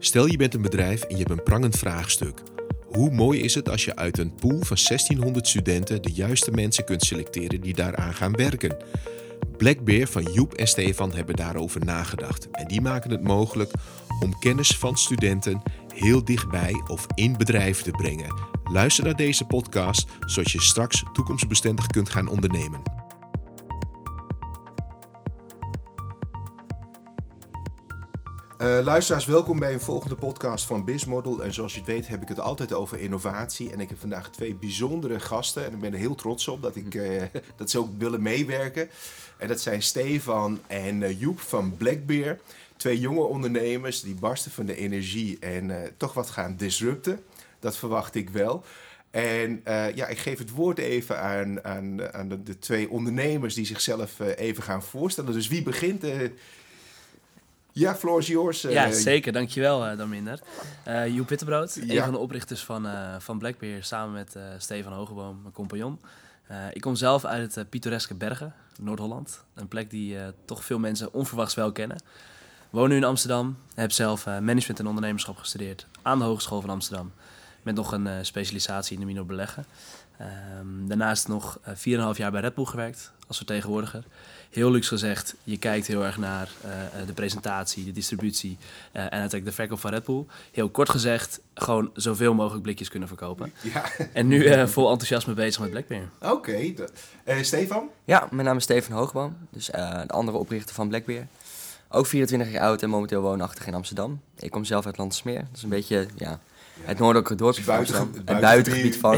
Stel je bent een bedrijf en je hebt een prangend vraagstuk. Hoe mooi is het als je uit een pool van 1600 studenten de juiste mensen kunt selecteren die daaraan gaan werken? Blackbear van Joep en Stefan hebben daarover nagedacht. En die maken het mogelijk om kennis van studenten heel dichtbij of in bedrijven te brengen. Luister naar deze podcast, zodat je straks toekomstbestendig kunt gaan ondernemen. Luisteraars, welkom bij een volgende podcast van BizModel. En zoals je het weet heb ik het altijd over innovatie. En ik heb vandaag twee bijzondere gasten. En ik ben er heel trots op dat ze ook willen meewerken. En dat zijn Stefan en Joep van Blackbear. Twee jonge ondernemers die barsten van de energie en toch wat gaan disrupten. Dat verwacht ik wel. En ik geef het woord even aan de twee ondernemers die zichzelf even gaan voorstellen. Dus wie begint? Ja, floor is yours. Ja, zeker. Dankjewel, Darminder. Joep Wittebrood, een van de oprichters van Blackbear, samen met Stefan Hogeboom, mijn compagnon. Ik kom zelf uit het pittoreske Bergen, Noord-Holland. Een plek die toch veel mensen onverwachts wel kennen. Woon nu in Amsterdam. Heb zelf management en ondernemerschap gestudeerd aan de Hogeschool van Amsterdam. Met nog een specialisatie in de minor beleggen. Daarnaast nog 4,5 jaar bij Red Bull gewerkt als vertegenwoordiger. Heel luxe gezegd, je kijkt heel erg naar de presentatie, de distributie en uiteindelijk de verkoop van Red Bull. Heel kort gezegd, gewoon zoveel mogelijk blikjes kunnen verkopen. Ja. En nu vol enthousiasme bezig met Blackbear. Oké. Stefan? Ja, mijn naam is Stefan Hogeboom, dus de andere oprichter van Blackbear. Ook 24 jaar oud en momenteel woonachtig in Amsterdam. Ik kom zelf uit Landersmeer, dat is een beetje het noordelijke dorpje van Amsterdam. Het buitengebied van.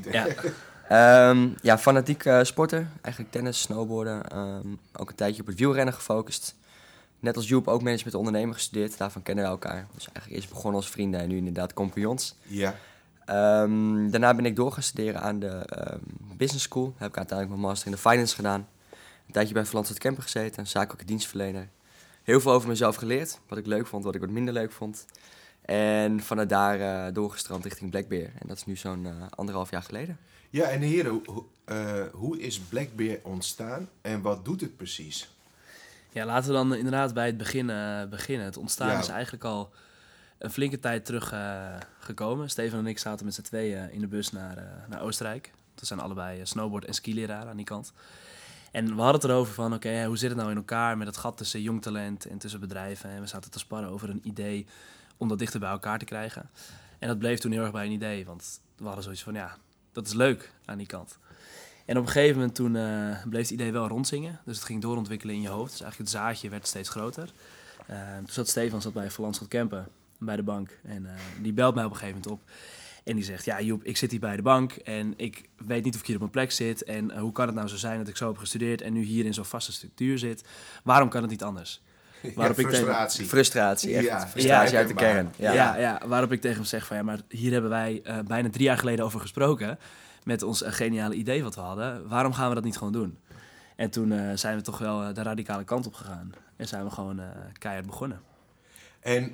Fanatiek sporter. Eigenlijk tennis, snowboarden. Ook een tijdje op het wielrennen gefocust. Net als Joep ook management ondernemer gestudeerd. Daarvan kennen we elkaar. Dus eigenlijk eerst begonnen als vrienden en nu inderdaad compagnons. Ja. Daarna ben ik door gaan studeren aan de business school. Heb ik uiteindelijk mijn master in de finance gedaan. Een tijdje bij Van Lanschot Kempen gezeten. Zakelijke dienstverlener. Heel veel over mezelf geleerd. Wat ik leuk vond, wat ik wat minder leuk vond. En vanuit daar doorgestrand richting Blackbear. En dat is nu zo'n 1,5 jaar geleden. Ja, en heren, hoe is Blackbear ontstaan en wat doet het precies? Ja, laten we dan inderdaad bij het begin beginnen. Het ontstaan is eigenlijk al een flinke tijd terug gekomen. Stefan en ik zaten met z'n tweeën in de bus naar Oostenrijk. We zijn allebei snowboard- en skileraar aan die kant. En we hadden het erover van, hoe zit het nou in elkaar met het gat tussen jong talent en tussen bedrijven. En we zaten te sparren over een idee om dat dichter bij elkaar te krijgen. En dat bleef toen heel erg bij een idee, want we hadden zoiets van, dat is leuk aan die kant. En op een gegeven moment toen bleef het idee wel rondzingen. Dus het ging doorontwikkelen in je hoofd. Dus eigenlijk het zaadje werd steeds groter. Toen Stefan bij Van Lanschot Kempen bij de bank. En die belt mij op een gegeven moment op. En die zegt, Joep, ik zit hier bij de bank en ik weet niet of ik hier op mijn plek zit. En hoe kan het nou zo zijn dat ik zo heb gestudeerd en nu hier in zo'n vaste structuur zit? Waarom kan het niet anders? Frustratie. Frustratie, echt. Frustratie uit de kern. Waarop ik tegen hem zeg van, maar hier hebben wij bijna 3 jaar geleden over gesproken. Met ons geniale idee wat we hadden. Waarom gaan we dat niet gewoon doen? En toen zijn we toch wel de radicale kant op gegaan. En zijn we gewoon keihard begonnen. En,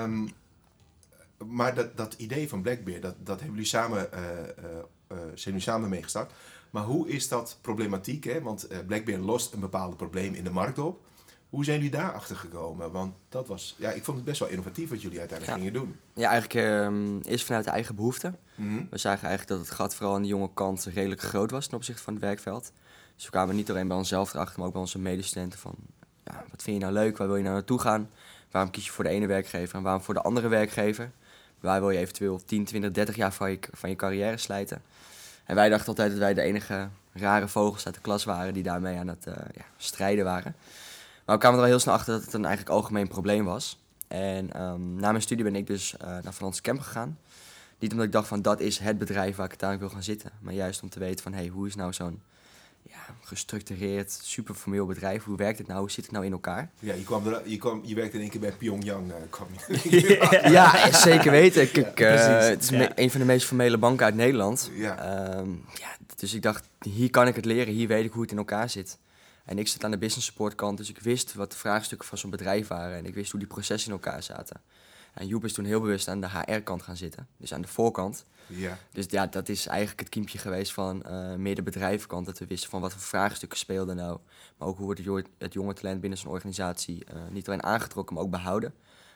maar dat idee van Blackbear, dat hebben jullie samen, zijn jullie samen meegestart. Maar hoe is dat problematiek? Hè? Want Blackbear lost een bepaald probleem in de markt op. Hoe zijn jullie daarachter gekomen? Want dat was, ik vond het best wel innovatief wat jullie uiteindelijk gingen doen. Ja, eigenlijk eerst vanuit de eigen behoeften. Mm-hmm. We zagen eigenlijk dat het gat vooral aan de jonge kant redelijk groot was ten opzichte van het werkveld. Dus we kwamen niet alleen bij onszelf erachter, maar ook bij onze medestudenten van, wat vind je nou leuk? Waar wil je nou naartoe gaan? Waarom kies je voor de ene werkgever en waarom voor de andere werkgever? Waar wil je eventueel 10, 20, 30 jaar van je carrière slijten? En wij dachten altijd dat wij de enige rare vogels uit de klas waren die daarmee aan het strijden waren. Maar we kwamen er wel heel snel achter dat het een eigenlijk algemeen probleem was. En na mijn studie ben ik dus naar Van Lanschot Kempen gegaan. Niet omdat ik dacht van dat is het bedrijf waar ik uiteindelijk wil gaan zitten. Maar juist om te weten van hoe is nou zo'n gestructureerd, super formeel bedrijf. Hoe werkt het nou? Hoe zit het nou in elkaar? Ja, je werkte in één keer bij Pyongyang. Ja, zeker weten. Het is een van de meest formele banken uit Nederland. Ja. Dus ik dacht, hier kan ik het leren. Hier weet ik hoe het in elkaar zit. En ik zat aan de business support kant, dus ik wist wat de vraagstukken van zo'n bedrijf waren. En ik wist hoe die processen in elkaar zaten. En Joep is toen heel bewust aan de HR-kant gaan zitten, dus aan de voorkant. Ja. Dus dat is eigenlijk het kiempje geweest van meer de bedrijvenkant. Dat we wisten van wat voor vraagstukken speelden nou. Maar ook hoe wordt het jonge talent binnen zo'n organisatie niet alleen aangetrokken, maar ook behouden.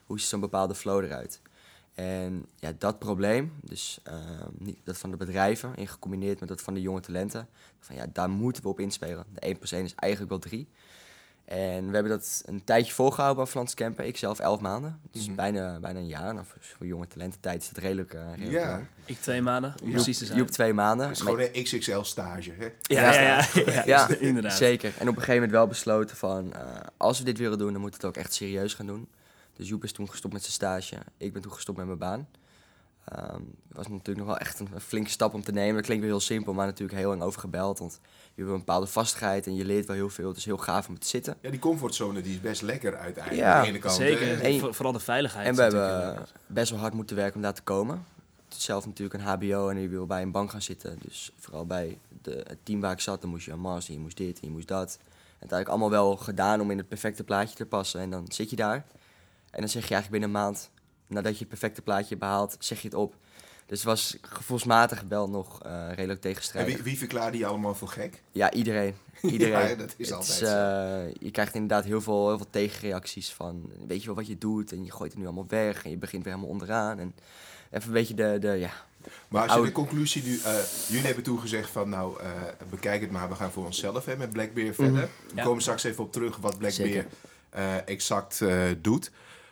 hoe ziet zo'n bepaalde flow eruit? En ja, dat probleem, dus dat van de bedrijven, in gecombineerd met dat van de jonge talenten, van ja, daar moeten we op inspelen. De 1 + 1 is eigenlijk wel 3. En we hebben dat een tijdje volgehouden bij Vlaams Camper. Ik zelf 11 maanden. Dus bijna een jaar. Nou, voor jonge talententijd is het redelijk lang. Ik 2 maanden, om precies te zijn. Joep 2 maanden. Het is gewoon een XXL stage, hè? Ja, inderdaad. Zeker. En op een gegeven moment wel besloten van, als we dit willen doen, dan moeten we het ook echt serieus gaan doen. Dus Joep is toen gestopt met zijn stage. Ik ben toen gestopt met mijn baan. Het was natuurlijk nog wel echt een flinke stap om te nemen. Dat klinkt weer heel simpel, maar natuurlijk heel lang over gebeld. Want je hebt een bepaalde vastigheid en je leert wel heel veel. Het is heel gaaf om te zitten. Ja, die comfortzone die is best lekker uiteindelijk Ja, aan de ene kant. Zeker, vooral de veiligheid. En we hebben best wel hard moeten werken om daar te komen. Zelf natuurlijk een hbo en je wil bij een bank gaan zitten. Dus vooral bij het team waar ik zat, dan moest je een master, je moest dit, je moest dat. En dat had ik allemaal wel gedaan om in het perfecte plaatje te passen. En dan zit je daar en dan zeg je eigenlijk binnen een maand, nadat je het perfecte plaatje behaalt, zeg je het op. Dus het was gevoelsmatig wel nog redelijk tegenstrijdig. En wie verklaarde je allemaal voor gek? Ja, iedereen. Ja, dat is altijd zo. Je krijgt inderdaad heel veel tegenreacties van, weet je wel wat je doet en je gooit het nu allemaal weg en je begint weer helemaal onderaan. En even een beetje Maar als je de conclusie nu... jullie hebben toen gezegd van, bekijk het maar, we gaan voor onszelf met Blackbear verder. We komen straks even op terug wat Blackbear exact doet.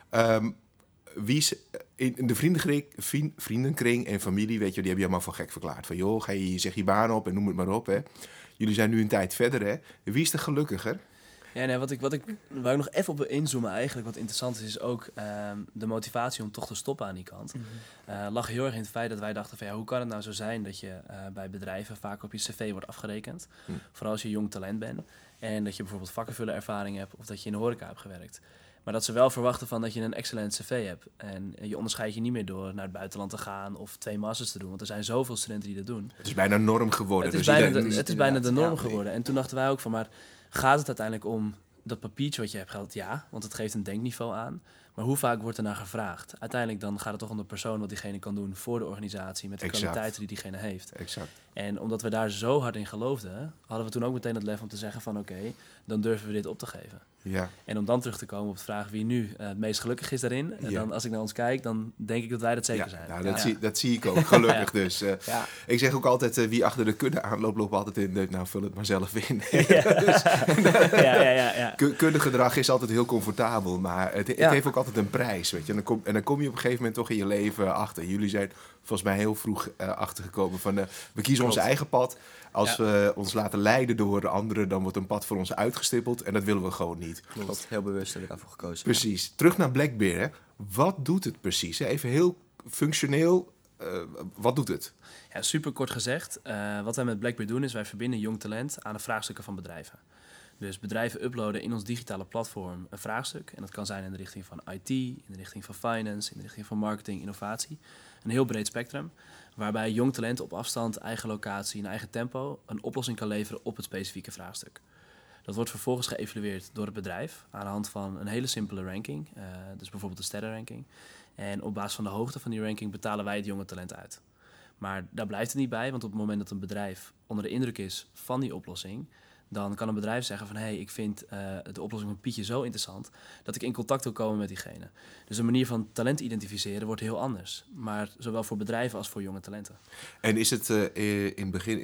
Wie is in de vriendenkring en familie, weet je, die hebben je allemaal voor gek verklaard. Van joh, zeg je baan op en noem het maar op. Hè. Jullie zijn nu een tijd verder, hè. Wie is er gelukkiger? Ja, nee, waar ik nog even op wil inzoomen eigenlijk, wat interessant is ook de motivatie om toch te stoppen aan die kant. Lag heel erg in het feit dat wij dachten van ja, hoe kan het nou zo zijn dat je bij bedrijven vaak op je cv wordt afgerekend. Vooral als je jong talent bent en dat je bijvoorbeeld vakkenvullerervaring hebt of dat je in de horeca hebt gewerkt. Maar dat ze wel verwachten van dat je een excellent cv hebt. En je onderscheidt je niet meer door naar het buitenland te gaan of 2 masters te doen. Want er zijn zoveel studenten die dat doen. Het is bijna norm geworden. Het is bijna de norm geworden. En toen dachten wij ook van, maar gaat het uiteindelijk om dat papiertje wat je hebt gehad? Ja, want het geeft een denkniveau aan. Maar hoe vaak wordt er naar gevraagd? Uiteindelijk dan gaat het toch om de persoon wat diegene kan doen voor de organisatie. Met de kwaliteiten die diegene heeft. Exact. En omdat we daar zo hard in geloofden, hadden we toen ook meteen het lef om te zeggen van oké, dan durven we dit op te geven. Ja. En om dan terug te komen op de vraag wie nu het meest gelukkig is daarin. En dan, als ik naar ons kijk, dan denk ik dat wij dat zeker zijn. Nou, dat zie ik ook, gelukkig dus. Ik zeg ook altijd, wie achter de kudde aanloopt, loopt altijd in de, vul het maar zelf in. Kuddegedrag is altijd heel comfortabel, maar het heeft ook altijd een prijs. Weet je? En dan kom je op een gegeven moment toch in je leven achter. Jullie zijn volgens mij heel vroeg achtergekomen van, we kiezen ons eigen pad. Als we ons laten leiden door de anderen, dan wordt een pad voor ons uitgestippeld. En dat willen we gewoon niet. Klopt, heel bewust hebben we daarvoor gekozen. Precies. Ja. Terug naar Blackbear. Hè. Wat doet het precies? Hè? Even heel functioneel. Wat doet het? Ja, super kort gezegd. Wat wij met Blackbear doen is wij verbinden jong talent aan de vraagstukken van bedrijven. Dus bedrijven uploaden in ons digitale platform een vraagstuk. En dat kan zijn in de richting van IT, in de richting van finance, in de richting van marketing, innovatie. Een heel breed spectrum. Waarbij jong talent op afstand, eigen locatie en eigen tempo een oplossing kan leveren op het specifieke vraagstuk. Dat wordt vervolgens geëvalueerd door het bedrijf aan de hand van een hele simpele ranking. Dus bijvoorbeeld de sterrenranking. En op basis van de hoogte van die ranking betalen wij het jonge talent uit. Maar daar blijft het niet bij, want op het moment dat een bedrijf onder de indruk is van die oplossing, dan kan een bedrijf zeggen van ik vind de oplossing van Pietje zo interessant dat ik in contact wil komen met diegene. Dus de manier van talent identificeren wordt heel anders. Maar zowel voor bedrijven als voor jonge talenten. En is het in het begin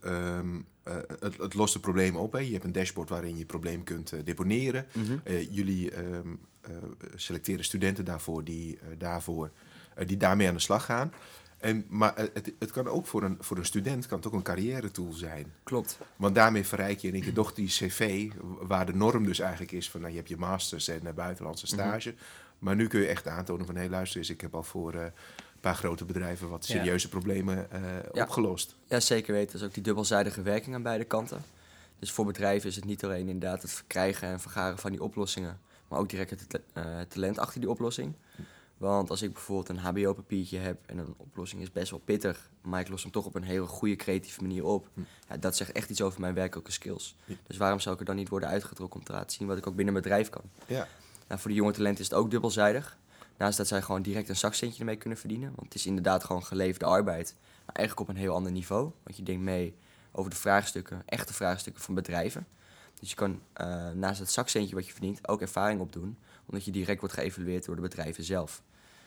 het lost het probleem op? Hè? Je hebt een dashboard waarin je je probleem kunt deponeren. Jullie selecteren studenten daarvoor die daarmee aan de slag gaan. Maar het kan ook voor een student kan het ook een carrière tool zijn. Klopt. Want daarmee verrijk je in één keer toch die cv, waar de norm dus eigenlijk is van je hebt je masters en buitenlandse stage. Maar nu kun je echt aantonen van luister eens, ik heb al voor een paar grote bedrijven wat serieuze problemen opgelost. Ja, zeker weten. Dat is ook die dubbelzijdige werking aan beide kanten. Dus voor bedrijven is het niet alleen inderdaad het verkrijgen en vergaren van die oplossingen, maar ook direct het talent achter die oplossing. Want als ik bijvoorbeeld een hbo-papiertje heb en een oplossing is best wel pittig, maar ik los hem toch op een hele goede creatieve manier op, dat zegt echt iets over mijn werkelijke skills. Dus waarom zou ik er dan niet worden uitgetrokken om te laten zien wat ik ook binnen een bedrijf kan? Ja. Nou, voor de jonge talenten is het ook dubbelzijdig. Naast dat zij gewoon direct een zakcentje ermee kunnen verdienen. Want het is inderdaad gewoon geleverde arbeid, maar eigenlijk op een heel ander niveau. Want je denkt mee over de vraagstukken, echte vraagstukken van bedrijven. Dus je kan naast het zakcentje wat je verdient ook ervaring opdoen, omdat je direct wordt geëvalueerd door de bedrijven zelf.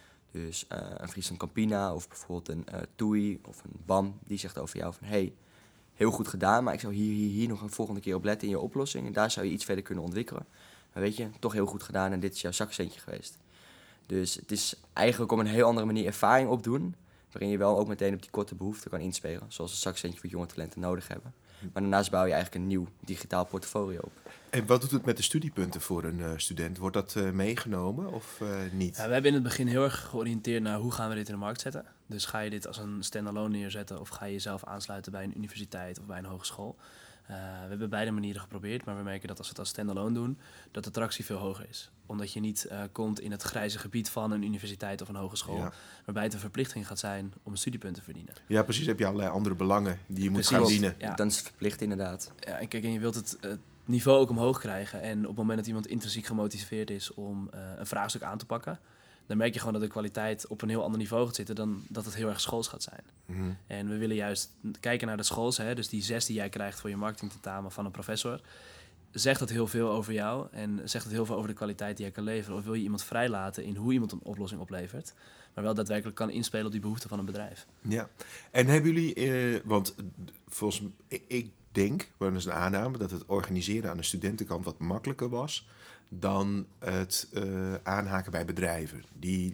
Dus een Friesland Campina of bijvoorbeeld een TUI of een BAM, die zegt over jou van hey, heel goed gedaan, maar ik zou hier nog een volgende keer op letten in je oplossing en daar zou je iets verder kunnen ontwikkelen. Maar weet je, toch heel goed gedaan en dit is jouw zakcentje geweest. Dus het is eigenlijk op een heel andere manier ervaring opdoen, waarin je wel ook meteen op die korte behoeften kan inspelen, zoals het zakcentje wat jonge talenten nodig hebben. Maar daarnaast bouw je eigenlijk een nieuw digitaal portfolio op. En wat doet het met de studiepunten voor een student? Wordt dat meegenomen of niet? Ja, we hebben in het begin heel erg georiënteerd naar hoe gaan we dit in de markt zetten. Dus ga je dit als een standalone neerzetten of ga je jezelf aansluiten bij een universiteit of bij een hogeschool. We hebben beide manieren geprobeerd, maar we merken dat als we het als standalone doen, dat de attractie veel hoger is. Omdat je niet komt in het grijze gebied van een universiteit of een hogeschool, waarbij het een verplichting gaat zijn om een studiepunt te verdienen. Ja, precies. Heb je allerlei andere belangen die je moet gaan dienen. Ja. Dan is het verplicht inderdaad. Ja, en kijk, en je wilt het niveau ook omhoog krijgen. En op het moment dat iemand intrinsiek gemotiveerd is om een vraagstuk aan te pakken, dan merk je gewoon dat de kwaliteit op een heel ander niveau gaat zitten dan dat het heel erg schools gaat zijn. Mm-hmm. En we willen juist kijken naar de schools, hè, dus die 6 die jij krijgt voor je marketingtentamen van een professor. Zegt dat heel veel over jou en zegt het heel veel over de kwaliteit die jij kan leveren? Of wil je iemand vrijlaten in hoe iemand een oplossing oplevert, maar wel daadwerkelijk kan inspelen op die behoeften van een bedrijf? Ja, en hebben jullie, want volgens ik denk, maar dat is een aanname, dat het organiseren aan de studentenkant wat makkelijker was dan het aanhaken bij bedrijven.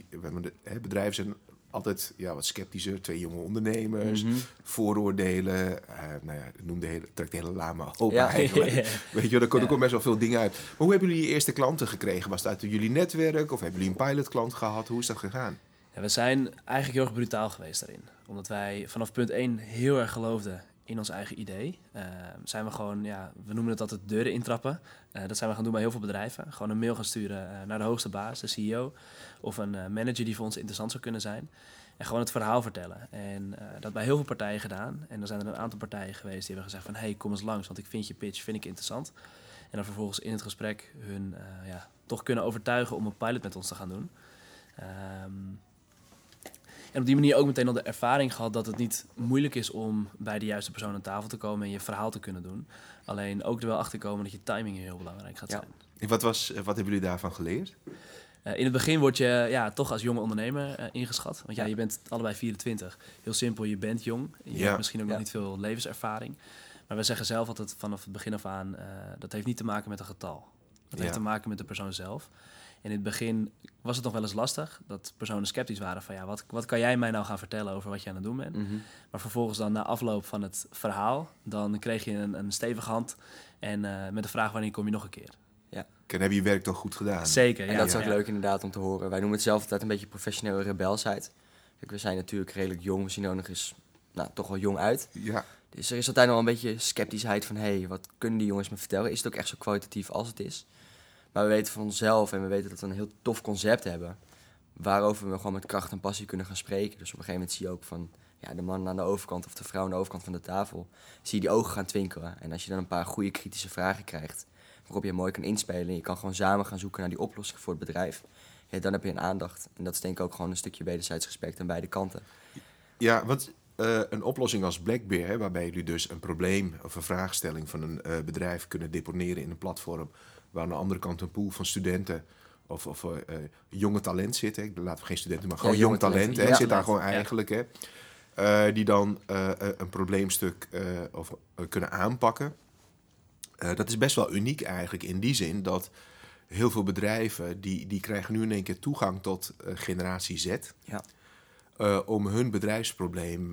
Bedrijven zijn altijd wat sceptischer, 2 jonge ondernemers, vooroordelen, trekt de hele lama open eigenlijk. Weet je, er komen best wel veel dingen uit. Maar hoe hebben jullie je eerste klanten gekregen? Was het uit jullie netwerk of hebben jullie een pilotklant gehad? Hoe is dat gegaan? Ja, we zijn eigenlijk heel erg brutaal geweest daarin. Omdat wij vanaf punt 1 heel erg geloofden in ons eigen idee. Zijn we gewoon, we noemen het altijd deuren intrappen. Dat zijn we gaan doen bij heel veel bedrijven. Gewoon een mail gaan sturen naar de hoogste baas, de CEO, of een manager die voor ons interessant zou kunnen zijn. En gewoon het verhaal vertellen. En dat bij heel veel partijen gedaan. En dan zijn er een aantal partijen geweest die hebben gezegd van hey, kom eens langs, want ik vind je pitch interessant. En dan vervolgens in het gesprek hun toch kunnen overtuigen om een pilot met ons te gaan doen. En op die manier ook meteen al de ervaring gehad dat het niet moeilijk is om bij de juiste persoon aan tafel te komen en je verhaal te kunnen doen. Alleen ook er wel achter komen dat je timing heel belangrijk gaat zijn. En wat hebben jullie daarvan geleerd? In het begin word je toch als jonge ondernemer ingeschat. Want je bent allebei 24. Heel simpel, je bent jong. Je hebt misschien ook nog niet veel levenservaring. Maar we zeggen zelf altijd vanaf het begin af aan, dat heeft niet te maken met een getal. Dat heeft te maken met de persoon zelf. En in het begin was het nog wel eens lastig dat personen sceptisch waren van wat kan jij mij nou gaan vertellen over wat je aan het doen bent. Mm-hmm. Maar vervolgens dan na afloop van het verhaal, dan kreeg je een stevige hand en met de vraag wanneer kom je nog een keer. Ja. En heb je werk toch goed gedaan? Zeker, en dat is ook leuk inderdaad om te horen. Wij noemen het zelf altijd een beetje professionele rebelsheid. Kijk, we zijn natuurlijk redelijk jong, we zien er nog eens toch wel jong uit. Ja. Dus er is altijd nog een beetje sceptischheid van hey, wat kunnen die jongens me vertellen? Is het ook echt zo kwalitatief als het is? Maar we weten van onszelf en we weten dat we een heel tof concept hebben, waarover we gewoon met kracht en passie kunnen gaan spreken. Dus op een gegeven moment zie je ook van de man aan de overkant of de vrouw aan de overkant van de tafel, zie je die ogen gaan twinkelen. En als je dan een paar goede kritische vragen krijgt, waarop je mooi kan inspelen en je kan gewoon samen gaan zoeken naar die oplossing voor het bedrijf, dan heb je een aandacht. En dat is denk ik ook gewoon een stukje wederzijds respect aan beide kanten. Ja, want een oplossing als Blackbear, waarbij jullie dus een probleem of een vraagstelling van een bedrijf kunnen deponeren in een platform, waar aan de andere kant een pool van studenten of jonge talent zit. Hè. Laten we geen studenten, maar gewoon jong talent. Hè, zit daar gewoon eigenlijk. Hè, die dan een probleemstuk kunnen aanpakken. Dat is best wel uniek eigenlijk in die zin dat heel veel bedrijven die krijgen nu in één keer toegang tot generatie Z. Ja. Om hun bedrijfsprobleem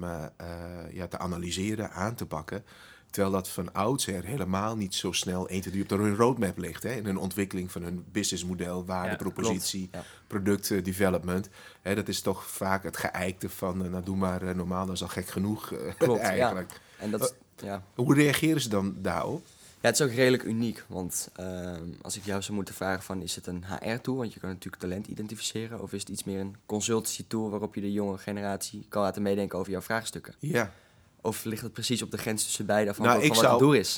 te analyseren, aan te pakken. Terwijl dat van oudsher helemaal niet zo snel 1, 2, 3 op hun roadmap ligt. Hè? In een ontwikkeling van hun businessmodel, waardepropositie, productdevelopment. Dat is toch vaak het geëikte van, doe maar normaal, dat is al gek genoeg eigenlijk. Ja. En dat, Hoe reageren ze dan daarop? Ja, het is ook redelijk uniek. Want als ik jou zou moeten vragen van, is het een HR-tool? Want je kan natuurlijk talent identificeren. Of is het iets meer een consultancy-tool waarop je de jonge generatie kan laten meedenken over jouw vraagstukken? Ja. Of ligt het precies op de grens tussen beide afhankelijk van wat het doel is?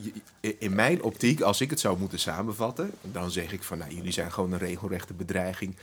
In mijn optiek, als ik het zou moeten samenvatten, dan zeg ik van, jullie zijn gewoon een regelrechte bedreiging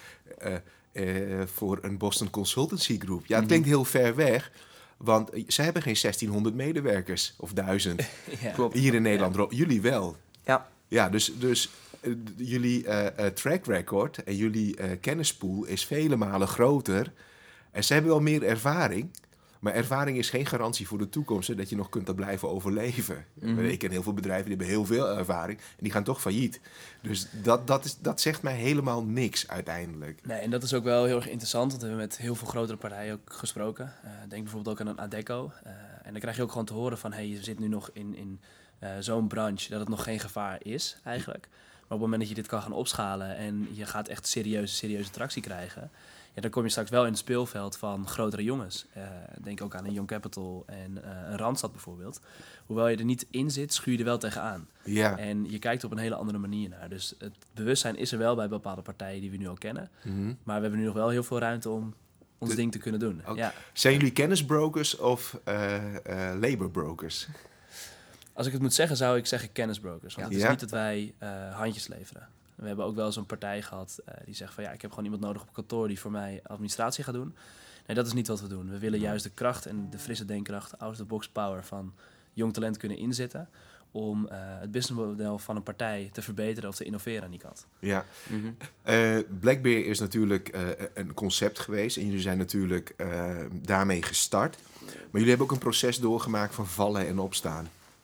voor een Boston Consultancy Group. Ja, het klinkt heel ver weg, want ze hebben geen 1600 medewerkers of 1000 hier in Nederland. Jullie wel. Ja, dus jullie track record en jullie kennispool is vele malen groter. En ze hebben wel meer ervaring. Maar ervaring is geen garantie voor de toekomst. Hè, dat je nog kunt blijven overleven. Ik ken heel veel bedrijven die hebben heel veel ervaring. En die gaan toch failliet. Dus dat zegt mij helemaal niks uiteindelijk. Nee, en dat is ook wel heel erg interessant. Want we hebben met heel veel grotere partijen ook gesproken. Denk bijvoorbeeld ook aan een Adecco. En dan krijg je ook gewoon te horen van... Hey, je zit nu nog in zo'n branche dat het nog geen gevaar is eigenlijk. Maar op het moment dat je dit kan gaan opschalen... en je gaat echt serieuze tractie krijgen... Ja, dan kom je straks wel in het speelveld van grotere jongens. Denk ook aan een Young Capital en een Randstad bijvoorbeeld. Hoewel je er niet in zit, schuur je er wel tegenaan. Ja. En je kijkt op een hele andere manier naar. Dus het bewustzijn is er wel bij bepaalde partijen die we nu al kennen. Maar we hebben nu nog wel heel veel ruimte om ons ding te kunnen doen. Okay. Ja. Zijn jullie kennisbrokers of laborbrokers? Als ik het moet zeggen, zou ik zeggen kennisbrokers. Want het is niet dat wij handjes leveren. We hebben ook wel zo'n partij gehad die zegt van... ja, ik heb gewoon iemand nodig op kantoor die voor mij administratie gaat doen. Nee, dat is niet wat we doen. We willen juist de kracht en de frisse denkkracht... out-of-the-box power van jong talent kunnen inzetten... om het businessmodel van een partij te verbeteren of te innoveren aan die kant. Ja. Blackbear is natuurlijk een concept geweest... en jullie zijn natuurlijk daarmee gestart. Maar jullie hebben ook een proces doorgemaakt van vallen en opstaan.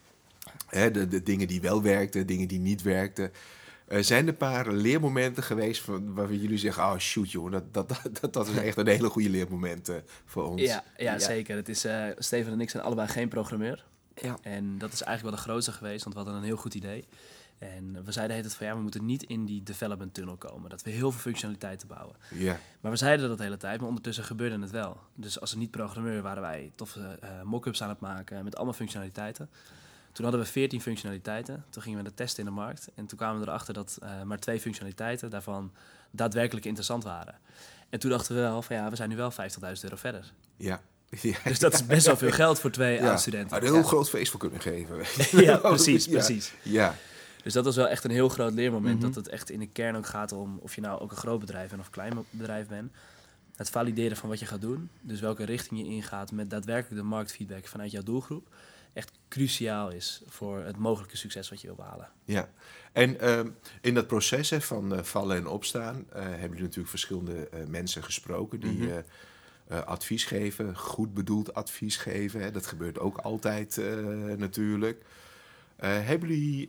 De dingen die wel werkten, dingen die niet werkten... zijn er een paar leermomenten geweest waar jullie zeggen... oh shoot joh, dat is echt een hele goede leermoment voor ons. Ja, zeker. Het is, Steven en ik zijn allebei geen programmeur. Ja. En dat is eigenlijk wel de grootste geweest, want we hadden een heel goed idee. En we zeiden het van we moeten niet in die development tunnel komen. Dat we heel veel functionaliteiten bouwen. Ja. Maar we zeiden dat de hele tijd, maar ondertussen gebeurde het wel. Dus als niet-programmeur waren wij toffe mock-ups aan het maken met allemaal functionaliteiten. Toen hadden we 14 functionaliteiten. Toen gingen we de testen in de markt. En toen kwamen we erachter dat maar 2 functionaliteiten daarvan daadwerkelijk interessant waren. En toen dachten we wel van we zijn nu wel €50.000 verder. Ja. Dus dat is best wel veel geld voor 2 studenten. Had een heel groot feest voor kunnen geven. Ja, precies. Ja. Dus dat was wel echt een heel groot leermoment. Dat het echt in de kern ook gaat om of je nou ook een groot bedrijf bent of een klein bedrijf bent. Het valideren van wat je gaat doen. Dus welke richting je ingaat met daadwerkelijk de marktfeedback vanuit jouw doelgroep. Echt cruciaal is voor het mogelijke succes wat je wil behalen. Ja, en in dat proces van vallen en opstaan... hebben jullie natuurlijk verschillende mensen gesproken... die advies geven, goed bedoeld advies geven. Hè. Dat gebeurt ook altijd natuurlijk. Hebben jullie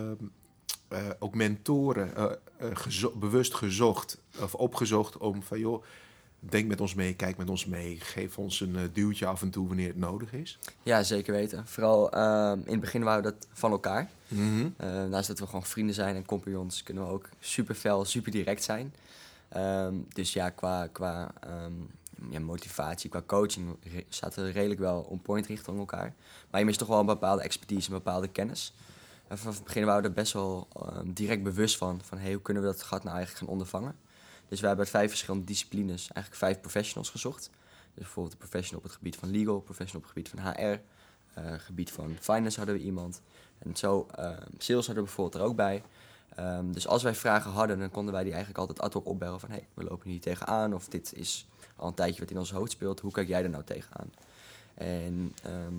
ook mentoren bewust gezocht of opgezocht... om van joh, denk met ons mee, kijk met ons mee... geef ons een duwtje af en toe wanneer het nodig is? Ja, zeker weten. Vooral in het begin waren we dat van elkaar. Naast dat we gewoon vrienden zijn en compagnons... kunnen we ook super fel, super direct zijn. Dus ja, qua motivatie, qua coaching... zaten we redelijk wel on point richting elkaar. Maar je mist toch wel een bepaalde expertise, een bepaalde kennis. En vanaf het begin waren we er best wel direct bewust van hey, hoe kunnen we dat gat nou eigenlijk gaan ondervangen? Dus we hebben uit 5 verschillende disciplines eigenlijk 5 professionals gezocht. Dus bijvoorbeeld een professional op het gebied van legal, professional op het gebied van HR, gebied van finance hadden we iemand. En zo, sales hadden we bijvoorbeeld er ook bij. Dus als wij vragen hadden, dan konden wij die eigenlijk altijd ad hoc opbellen van hey, we lopen hier tegenaan of dit is al een tijdje wat in ons hoofd speelt. Hoe kijk jij er nou tegenaan? En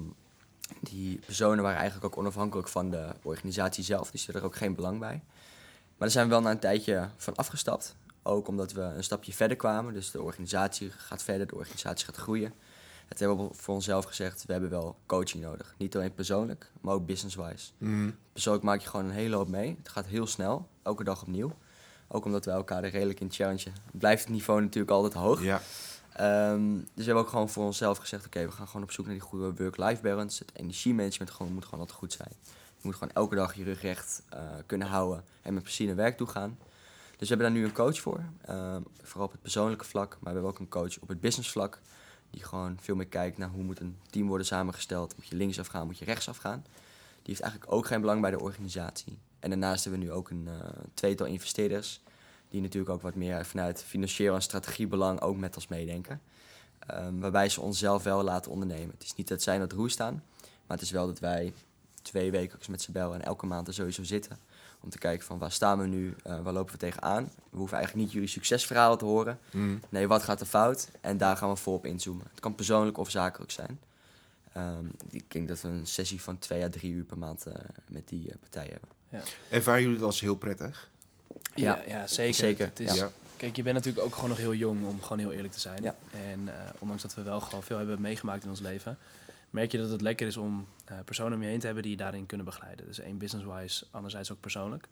die personen waren eigenlijk ook onafhankelijk van de organisatie zelf, dus die hadden er ook geen belang bij. Maar daar zijn we wel na een tijdje van afgestapt. Ook omdat we een stapje verder kwamen. Dus de organisatie gaat verder, de organisatie gaat groeien. Het hebben we voor onszelf gezegd, we hebben wel coaching nodig. Niet alleen persoonlijk, maar ook business-wise. Persoonlijk maak je gewoon een hele hoop mee. Het gaat heel snel, elke dag opnieuw. Ook omdat we elkaar er redelijk in challengen. Blijft het niveau natuurlijk altijd hoog. Ja. Dus we hebben ook gewoon voor onszelf gezegd... oké, we gaan gewoon op zoek naar die goede work-life balance. Het energiemanagement moet gewoon altijd goed zijn. Je moet gewoon elke dag je rug recht kunnen houden... en met plezier naar werk toe gaan. Dus we hebben daar nu een coach voor. Vooral op het persoonlijke vlak. Maar we hebben ook een coach op het businessvlak... die gewoon veel meer kijkt naar hoe moet een team worden samengesteld. Moet je linksaf gaan, moet je rechtsaf gaan. Die heeft eigenlijk ook geen belang bij de organisatie. En daarnaast hebben we nu ook een 2-tal investeerders... die natuurlijk ook wat meer vanuit financieel en strategiebelang ook met ons meedenken. Waarbij ze onszelf wel laten ondernemen. Het is niet dat zij aan het roer staan, maar het is wel dat wij 2 weken met z'n bellen en elke maand er sowieso zitten. Om te kijken van waar staan we nu, waar lopen we tegenaan. We hoeven eigenlijk niet jullie succesverhalen te horen. Nee, wat gaat er fout? En daar gaan we voor op inzoomen. Het kan persoonlijk of zakelijk zijn. Ik denk dat we een sessie van 2 à 3 uur per maand met die partij hebben. Ervaren jullie het als heel prettig? Ja, zeker. Zeker. Het is, kijk, je bent natuurlijk ook gewoon nog heel jong om gewoon heel eerlijk te zijn. Ja. En ondanks dat we wel gewoon veel hebben meegemaakt in ons leven, merk je dat het lekker is om personen om je heen te hebben die je daarin kunnen begeleiden. Dus één business-wise, anderzijds ook persoonlijk.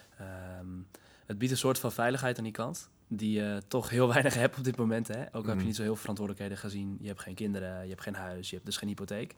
Het biedt een soort van veiligheid aan die kant, die je toch heel weinig hebt op dit moment. Hè? Ook heb je niet zo heel veel verantwoordelijkheden gezien. Je hebt geen kinderen, je hebt geen huis, je hebt dus geen hypotheek.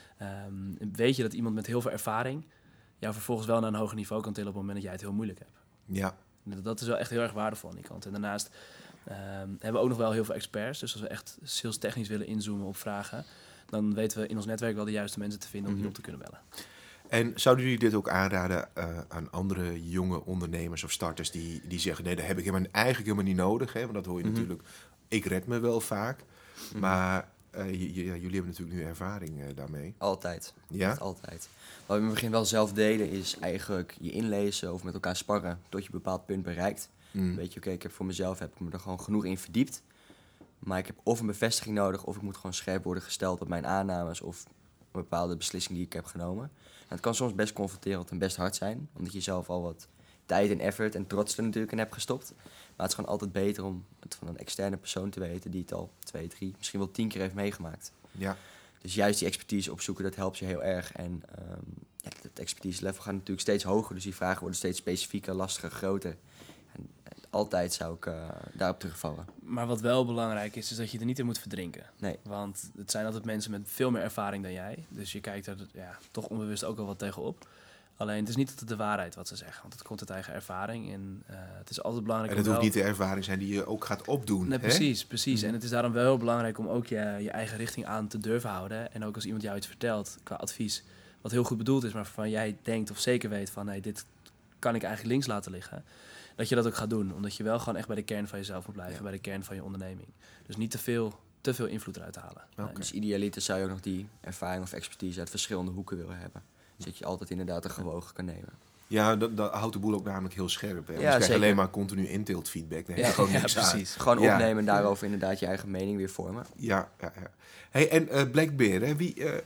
Weet je dat iemand met heel veel ervaring jou vervolgens wel naar een hoger niveau kan tillen op het moment dat jij het heel moeilijk hebt. Ja. Dat is wel echt heel erg waardevol aan die kant. En daarnaast hebben we ook nog wel heel veel experts. Dus als we echt sales technisch willen inzoomen op vragen, dan weten we in ons netwerk wel de juiste mensen te vinden om die op te kunnen bellen. En zouden jullie dit ook aanraden aan andere jonge ondernemers of starters die zeggen, nee, dat heb ik eigenlijk helemaal niet nodig. Hè? Want dat hoor je natuurlijk, ik red me wel vaak. Maar jullie hebben natuurlijk nu ervaring daarmee. Altijd. Ja? Altijd. Wat we in het begin wel zelf deden is eigenlijk je inlezen of met elkaar sparren tot je een bepaald punt bereikt. Weet je, ik heb voor mezelf heb ik me er gewoon genoeg in verdiept. Maar ik heb of een bevestiging nodig of ik moet gewoon scherp worden gesteld op mijn aannames of een bepaalde beslissing die ik heb genomen. En het kan soms best confronterend en best hard zijn, omdat je zelf al wat tijd en effort en trots er natuurlijk in hebt gestopt. Maar het is gewoon altijd beter om het van een externe persoon te weten die het al 2, 3, misschien wel 10 keer heeft meegemaakt. Ja. Dus juist die expertise opzoeken, dat helpt je heel erg. En het expertise level gaat natuurlijk steeds hoger, dus die vragen worden steeds specifieker, lastiger, groter. En altijd zou ik daarop terugvallen. Maar wat wel belangrijk is dat je er niet in moet verdrinken. Nee. Want het zijn altijd mensen met veel meer ervaring dan jij. Dus je kijkt er toch onbewust ook al wat tegenop. Alleen het is niet altijd de waarheid wat ze zeggen. Want het komt uit eigen ervaring. En het is altijd belangrijk En het hoeft niet de ervaring zijn die je ook gaat opdoen. Nee, hè? precies. En het is daarom wel heel belangrijk om ook je eigen richting aan te durven houden. En ook als iemand jou iets vertelt qua advies, wat heel goed bedoeld is, maar waarvan jij denkt of zeker weet van, nee, dit kan ik eigenlijk links laten liggen. Dat je dat ook gaat doen. Omdat je wel gewoon echt bij de kern van jezelf moet blijven. Bij de kern van je onderneming. Dus niet te veel invloed eruit halen. Okay. Dus idealiter zou je ook nog die ervaring of expertise uit verschillende hoeken willen hebben. Zodat je altijd inderdaad een gewogen kan nemen. Ja, dat houdt de boel ook namelijk heel scherp. Hè? Ja, Anders krijg je zeker. alleen maar continu inteeltfeedback. Dan heb je gewoon niks aan. precies. Gewoon opnemen en daarover inderdaad je eigen mening weer vormen. Ja. Hey, en Black Bear, hè?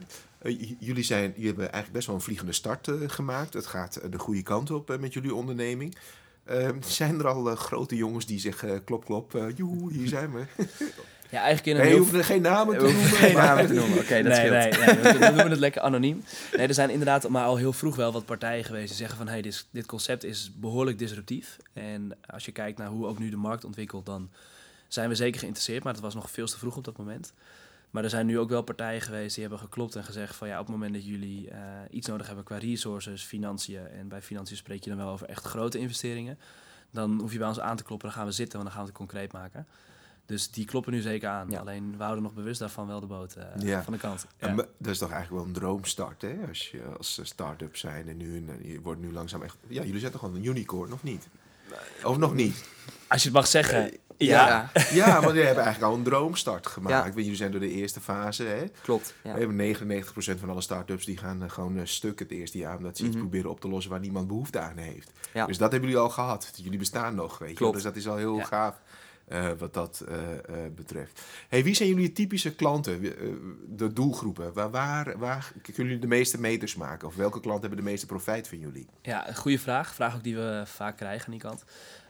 Jullie hebben eigenlijk best wel een vliegende start gemaakt. Het gaat de goede kant op met jullie onderneming. Zijn er al grote jongens die zeggen, klop, joe, hier zijn we. Ja, eigenlijk in Je hoeft er geen namen te noemen. Geen namen te noemen, oké, dat scheelt. Nee, we noemen het lekker anoniem. Nee, er zijn inderdaad maar al heel vroeg wel wat partijen geweest die zeggen van, hey, dit concept is behoorlijk disruptief. En als je kijkt naar hoe ook nu de markt ontwikkelt, dan zijn we zeker geïnteresseerd, maar het was nog veel te vroeg op dat moment. Maar er zijn nu ook wel partijen geweest die hebben geklopt en gezegd van, ja, op het moment dat jullie iets nodig hebben qua resources, financiën, en bij financiën spreek je dan wel over echt grote investeringen, dan hoef je bij ons aan te kloppen, dan gaan we zitten, want dan gaan we het concreet maken. Dus die kloppen nu zeker aan. Ja. Alleen we houden nog bewust daarvan wel de boot van de kant. Ja. En dat is toch eigenlijk wel een droomstart, hè? Als je als start-up zijn en je wordt nu langzaam echt... Ja, jullie zijn toch gewoon een unicorn, of niet? Of nog niet? Als je het mag zeggen, ja, want jullie hebben eigenlijk al een droomstart gemaakt. Ja. Jullie zijn door de eerste fase, hè? Klopt. Ja. We hebben 99% van alle start-ups die gaan gewoon stuk het eerste jaar, omdat ze iets proberen op te lossen waar niemand behoefte aan heeft. Ja. Dus dat hebben jullie al gehad. Jullie bestaan nog, weet je. Klopt. Dus dat is al heel gaaf. Wat dat betreft. Hey, wie zijn jullie typische klanten, de doelgroepen? Waar kunnen jullie de meeste meters maken? Of welke klanten hebben de meeste profijt van jullie? Ja, een goede vraag. Vraag ook die we vaak krijgen aan die kant.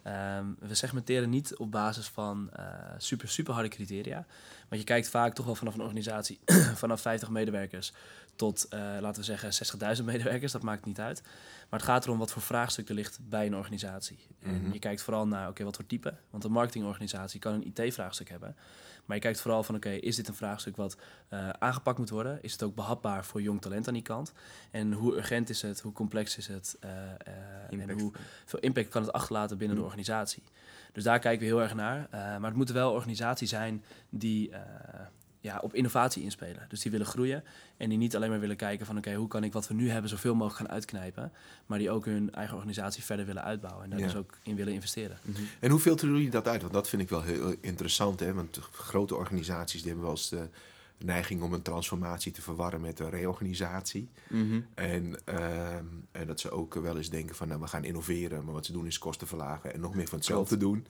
We segmenteren niet op basis van super harde criteria. Want je kijkt vaak toch wel vanaf een organisatie vanaf 50 medewerkers tot, laten we zeggen, 60.000 medewerkers. Dat maakt niet uit. Maar het gaat erom wat voor vraagstuk er ligt bij een organisatie. En je kijkt vooral naar, wat voor type. Want een marketingorganisatie kan een IT-vraagstuk hebben. Maar je kijkt vooral van, is dit een vraagstuk wat aangepakt moet worden? Is het ook behapbaar voor jong talent aan die kant? En hoe urgent is het? Hoe complex is het? En hoeveel impact kan het achterlaten binnen de organisatie? Dus daar kijken we heel erg naar. Maar het moeten wel organisaties zijn die op innovatie inspelen. Dus die willen groeien en die niet alleen maar willen kijken van, hoe kan ik wat we nu hebben zoveel mogelijk gaan uitknijpen, maar die ook hun eigen organisatie verder willen uitbouwen en daar dus ook in willen investeren. En hoe filteren jullie dat uit? Want dat vind ik wel heel interessant, hè? Want grote organisaties die hebben wel eens de neiging om een transformatie te verwarren met een reorganisatie. En dat ze ook wel eens denken van, we gaan innoveren, maar wat ze doen is kosten verlagen en nog meer van hetzelfde doen.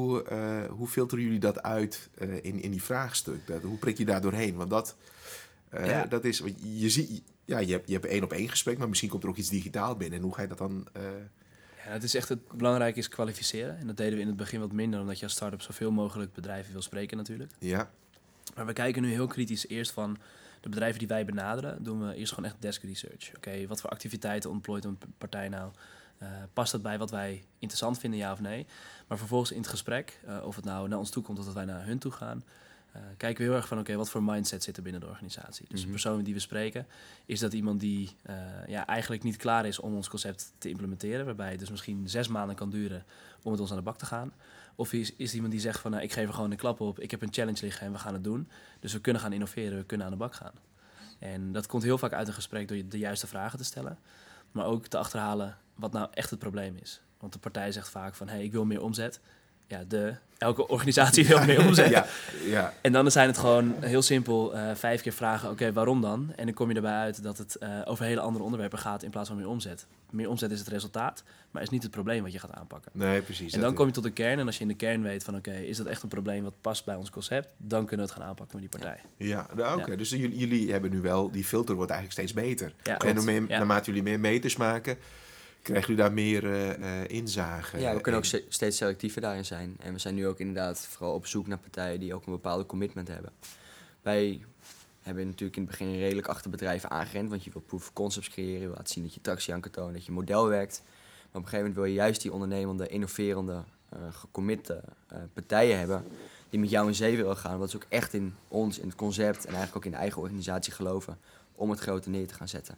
Hoe filteren jullie dat uit in die vraagstuk? Hoe prik je daar doorheen? Want dat Dat is, je ziet, je hebt 1-op-1 gesprek, maar misschien komt er ook iets digitaal binnen. En hoe ga je dat dan... Ja, het is echt het belangrijke is kwalificeren. En dat deden we in het begin wat minder, omdat je als start-up zoveel mogelijk bedrijven wil spreken natuurlijk. Ja. Maar we kijken nu heel kritisch eerst van de bedrijven die wij benaderen, doen we eerst gewoon echt desk research. Oké, wat voor activiteiten ontplooit een partij nou? Past dat bij wat wij interessant vinden, ja of nee? Maar vervolgens in het gesprek, of het nou naar ons toe komt of dat wij naar hun toe gaan, kijken we heel erg van wat voor mindset zit er binnen de organisatie. Dus de persoon die we spreken, is dat iemand die eigenlijk niet klaar is om ons concept te implementeren, waarbij het dus misschien 6 maanden kan duren om met ons aan de bak te gaan. Of is iemand die zegt van ik geef er gewoon een klap op, ik heb een challenge liggen en we gaan het doen. Dus we kunnen gaan innoveren, we kunnen aan de bak gaan. En dat komt heel vaak uit een gesprek door de juiste vragen te stellen, maar ook te achterhalen wat nou echt het probleem is. Want de partij zegt vaak van ik wil meer omzet. Ja, elke organisatie wil meer omzet. Ja. En dan zijn het gewoon heel simpel 5 keer vragen, oké, waarom dan? En dan kom je erbij uit dat het over hele andere onderwerpen gaat in plaats van meer omzet. Meer omzet is het resultaat, maar is niet het probleem wat je gaat aanpakken. Nee, precies. En dan kom je tot de kern. En als je in de kern weet van is dat echt een probleem wat past bij ons concept, dan kunnen we het gaan aanpakken met die partij. Ja, oké. Dus jullie hebben nu wel, die filter wordt eigenlijk steeds beter. Ja, en naarmate jullie meer meters maken, krijgen jullie daar meer inzage? Ja, we kunnen ook steeds selectiever daarin zijn. En we zijn nu ook inderdaad vooral op zoek naar partijen die ook een bepaalde commitment hebben. Wij hebben natuurlijk in het begin redelijk achter bedrijven aangerend, want je wil proof of concepts creëren, je wil laten zien dat je tractie aan kan tonen, dat je model werkt. Maar op een gegeven moment wil je juist die ondernemende, innoverende, gecommitte partijen hebben die met jou in zee willen gaan. Wat ze ook echt in ons, in het concept en eigenlijk ook in de eigen organisatie geloven om het grote neer te gaan zetten.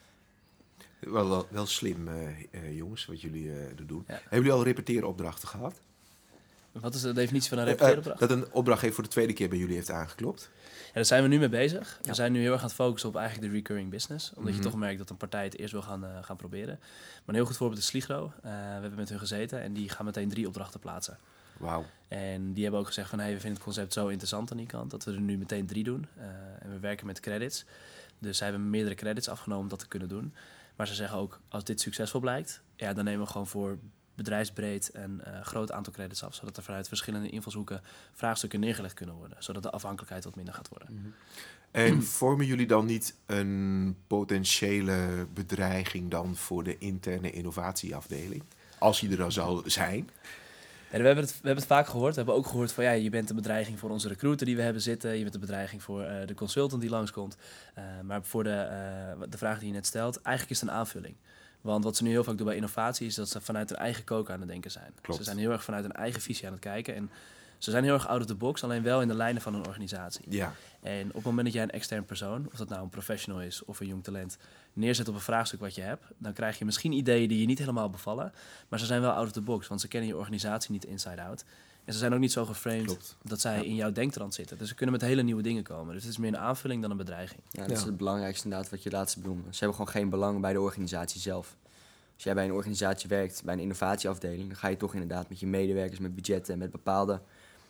Wel slim, jongens, wat jullie doen. Ja. Hebben jullie al repeteeropdrachten gehad? Wat is de definitie van een repeteeropdracht? Dat een opdrachtgever voor de tweede keer bij jullie heeft aangeklopt. Ja, daar zijn we nu mee bezig. Ja. We zijn nu heel erg aan het focussen op eigenlijk de recurring business. Omdat je toch merkt dat een partij het eerst wil gaan proberen. Maar een heel goed voorbeeld is Sligro. We hebben met hun gezeten en die gaan meteen 3 opdrachten plaatsen. Wauw. En die hebben ook gezegd van we vinden het concept zo interessant aan die kant dat we er nu meteen 3 doen. En we werken met credits. Dus zij hebben meerdere credits afgenomen om dat te kunnen doen. Maar ze zeggen ook, als dit succesvol blijkt, dan nemen we gewoon voor bedrijfsbreed een groot aantal credits af. Zodat er vanuit verschillende invalshoeken vraagstukken neergelegd kunnen worden. Zodat de afhankelijkheid wat minder gaat worden. En vormen jullie dan niet een potentiële bedreiging dan voor de interne innovatieafdeling? Als die er dan zou zijn? Ja, we hebben het vaak gehoord. We hebben ook gehoord van je bent een bedreiging voor onze recruiter die we hebben zitten. Je bent een bedreiging voor de consultant die langskomt. Maar voor de vraag die je net stelt, eigenlijk is het een aanvulling. Want wat ze nu heel vaak doen bij innovatie is dat ze vanuit hun eigen koker aan het denken zijn. Klopt. Ze zijn heel erg vanuit hun eigen visie aan het kijken. En ze zijn heel erg out of the box, alleen wel in de lijnen van een organisatie. Ja. En op het moment dat jij een extern persoon, of dat nou een professional is of een jong talent, neerzet op een vraagstuk wat je hebt, dan krijg je misschien ideeën die je niet helemaal bevallen. Maar ze zijn wel out of the box, want ze kennen je organisatie niet inside out. En ze zijn ook niet zo geframed dat zij in jouw denktrand zitten. Dus ze kunnen met hele nieuwe dingen komen. Dus het is meer een aanvulling dan een bedreiging. Ja, dat is het belangrijkste inderdaad wat je laatste benoemde. Ze hebben gewoon geen belang bij de organisatie zelf. Als jij bij een organisatie werkt, bij een innovatieafdeling, dan ga je toch inderdaad met je medewerkers, met budgetten en met bepaalde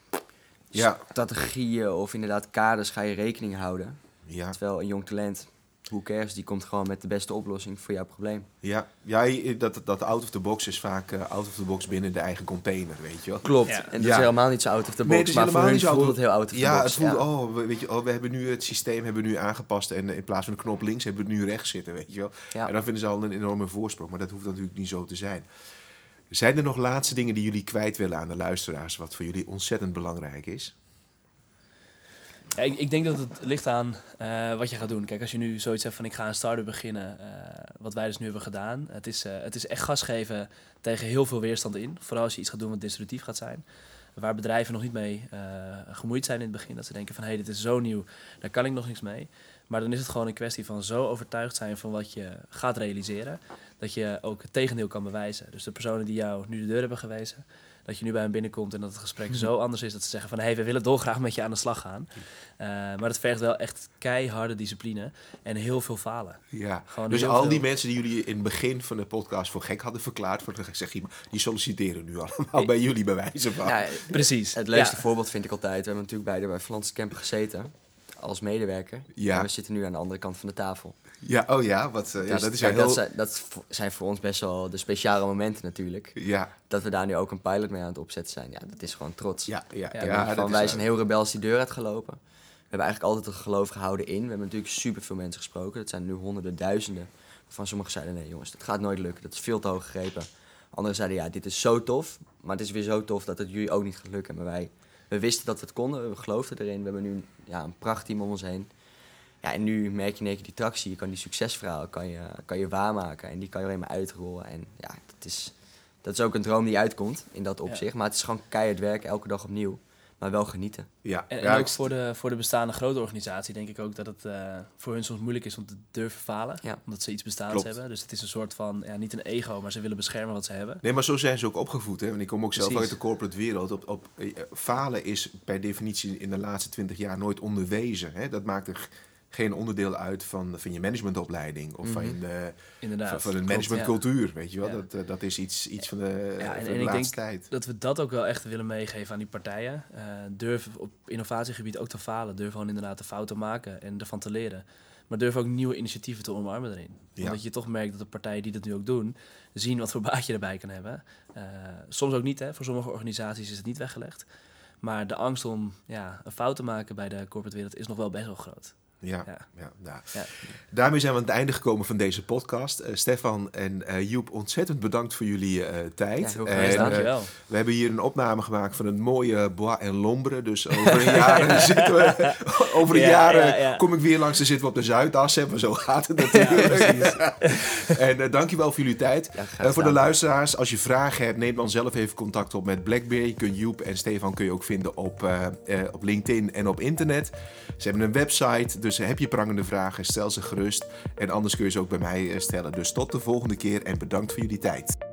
strategieën of inderdaad kaders ga je rekening houden. Ja. Terwijl een jong talent, who cares, die komt gewoon met de beste oplossing voor jouw probleem. Ja, dat out of the box is vaak out of the box binnen de eigen container, weet je wel. Klopt, Ja. en dat is helemaal niet zo out of the box, Nee, het is maar voor helemaal hun niet zo voelt het heel out of the box. Ja, het voelt, we hebben nu het systeem aangepast en in plaats van de knop links hebben we het nu rechts zitten, weet je wel. Ja. En dan vinden ze al een enorme voorsprong, maar dat hoeft natuurlijk niet zo te zijn. Zijn er nog laatste dingen die jullie kwijt willen aan de luisteraars, wat voor jullie ontzettend belangrijk is? Ja, ik denk dat het ligt aan wat je gaat doen. Kijk, als je nu zoiets hebt van ik ga een start-up beginnen, wat wij dus nu hebben gedaan. Het is echt gas geven tegen heel veel weerstand in. Vooral als je iets gaat doen wat disruptief gaat zijn. Waar bedrijven nog niet mee gemoeid zijn in het begin. Dat ze denken van dit is zo nieuw, daar kan ik nog niks mee. Maar dan is het gewoon een kwestie van zo overtuigd zijn van wat je gaat realiseren. Dat je ook het tegendeel kan bewijzen. Dus de personen die jou nu de deur hebben gewezen, dat je nu bij hen binnenkomt en dat het gesprek zo anders is dat ze zeggen van we willen dolgraag met je aan de slag gaan. Maar het vergt wel echt keiharde discipline en heel veel falen. Ja, Gewoon dus heel al veel. die mensen die jullie in het begin van de podcast voor gek hadden verklaard, die solliciteren nu allemaal bij jullie bij wijze van. Ja, Precies. het leukste voorbeeld vind ik altijd, we hebben natuurlijk beide bij Vlaams Camp gezeten als medewerker. Ja. En we zitten nu aan de andere kant van de tafel. Ja, dat is kijk, heel... dat zijn voor ons best wel de speciale momenten natuurlijk. Ja, Dat we daar nu ook een pilot mee aan het opzetten zijn. Ja, dat is gewoon trots. ja, Wij zijn heel rebels die deur uitgelopen. hebben eigenlijk altijd het geloof gehouden in. We hebben natuurlijk superveel mensen gesproken. Dat zijn nu honderden, duizenden. Van sommigen zeiden, nee jongens, dat gaat nooit lukken. Dat is veel te hoog gegrepen. Anderen zeiden, ja, dit is zo tof. Maar het is weer zo tof dat het jullie ook niet gaat lukken. Maar we wisten dat we het konden. We geloofden erin. We hebben nu een prachtteam om ons heen. Ja, en nu merk je in één keer die tractie. Je kan die succesverhalen kan je waarmaken. En die kan je alleen maar uitrollen. En ja, dat is ook een droom die uitkomt in dat opzicht. Ja. Maar het is gewoon keihard werken, elke dag opnieuw. Maar wel genieten. Ja. En ook voor de bestaande grote organisatie denk ik ook dat het voor hun soms moeilijk is om te durven falen. Ja. Omdat ze iets bestaans hebben. Dus het is een soort van, niet een ego, maar ze willen beschermen wat ze hebben. Nee, maar zo zijn ze ook opgevoed. Hè? Want ik kom ook zelf uit de corporate wereld. Falen is per definitie in de laatste 20 jaar nooit onderwezen. Hè? Dat maakt er geen onderdeel uit van je managementopleiding of van een managementcultuur, weet je wel. Ja. Dat is iets van de, van de laatste tijd. Dat we dat ook wel echt willen meegeven aan die partijen. Durf op innovatiegebied ook te falen. Durf gewoon inderdaad de fouten maken en ervan te leren. Maar durf ook nieuwe initiatieven te omarmen erin. Ja. Omdat je toch merkt dat de partijen die dat nu ook doen, zien wat voor baat je erbij kan hebben. Soms ook niet, hè. Voor sommige organisaties is het niet weggelegd. Maar de angst om een fout te maken bij de corporate wereld is nog wel best wel groot. Ja. Daarmee zijn we aan het einde gekomen van deze podcast. Stefan en Joep, ontzettend bedankt voor jullie tijd. Ja, dankjewel. We hebben hier een opname gemaakt van een mooie Bois en Lombre. Dus over een jaar kom ik weer langs. Dan zitten we op de Zuidas. Maar zo gaat het natuurlijk. En dankjewel voor jullie tijd. Ja, voor de luisteraars, als je vragen hebt, neem dan zelf even contact op met Blackberry. Je kunt Joep en Stefan kun je ook vinden op LinkedIn en op internet. Ze hebben een website. Dus heb je prangende vragen, stel ze gerust. En anders kun je ze ook bij mij stellen. Dus tot de volgende keer en bedankt voor jullie tijd.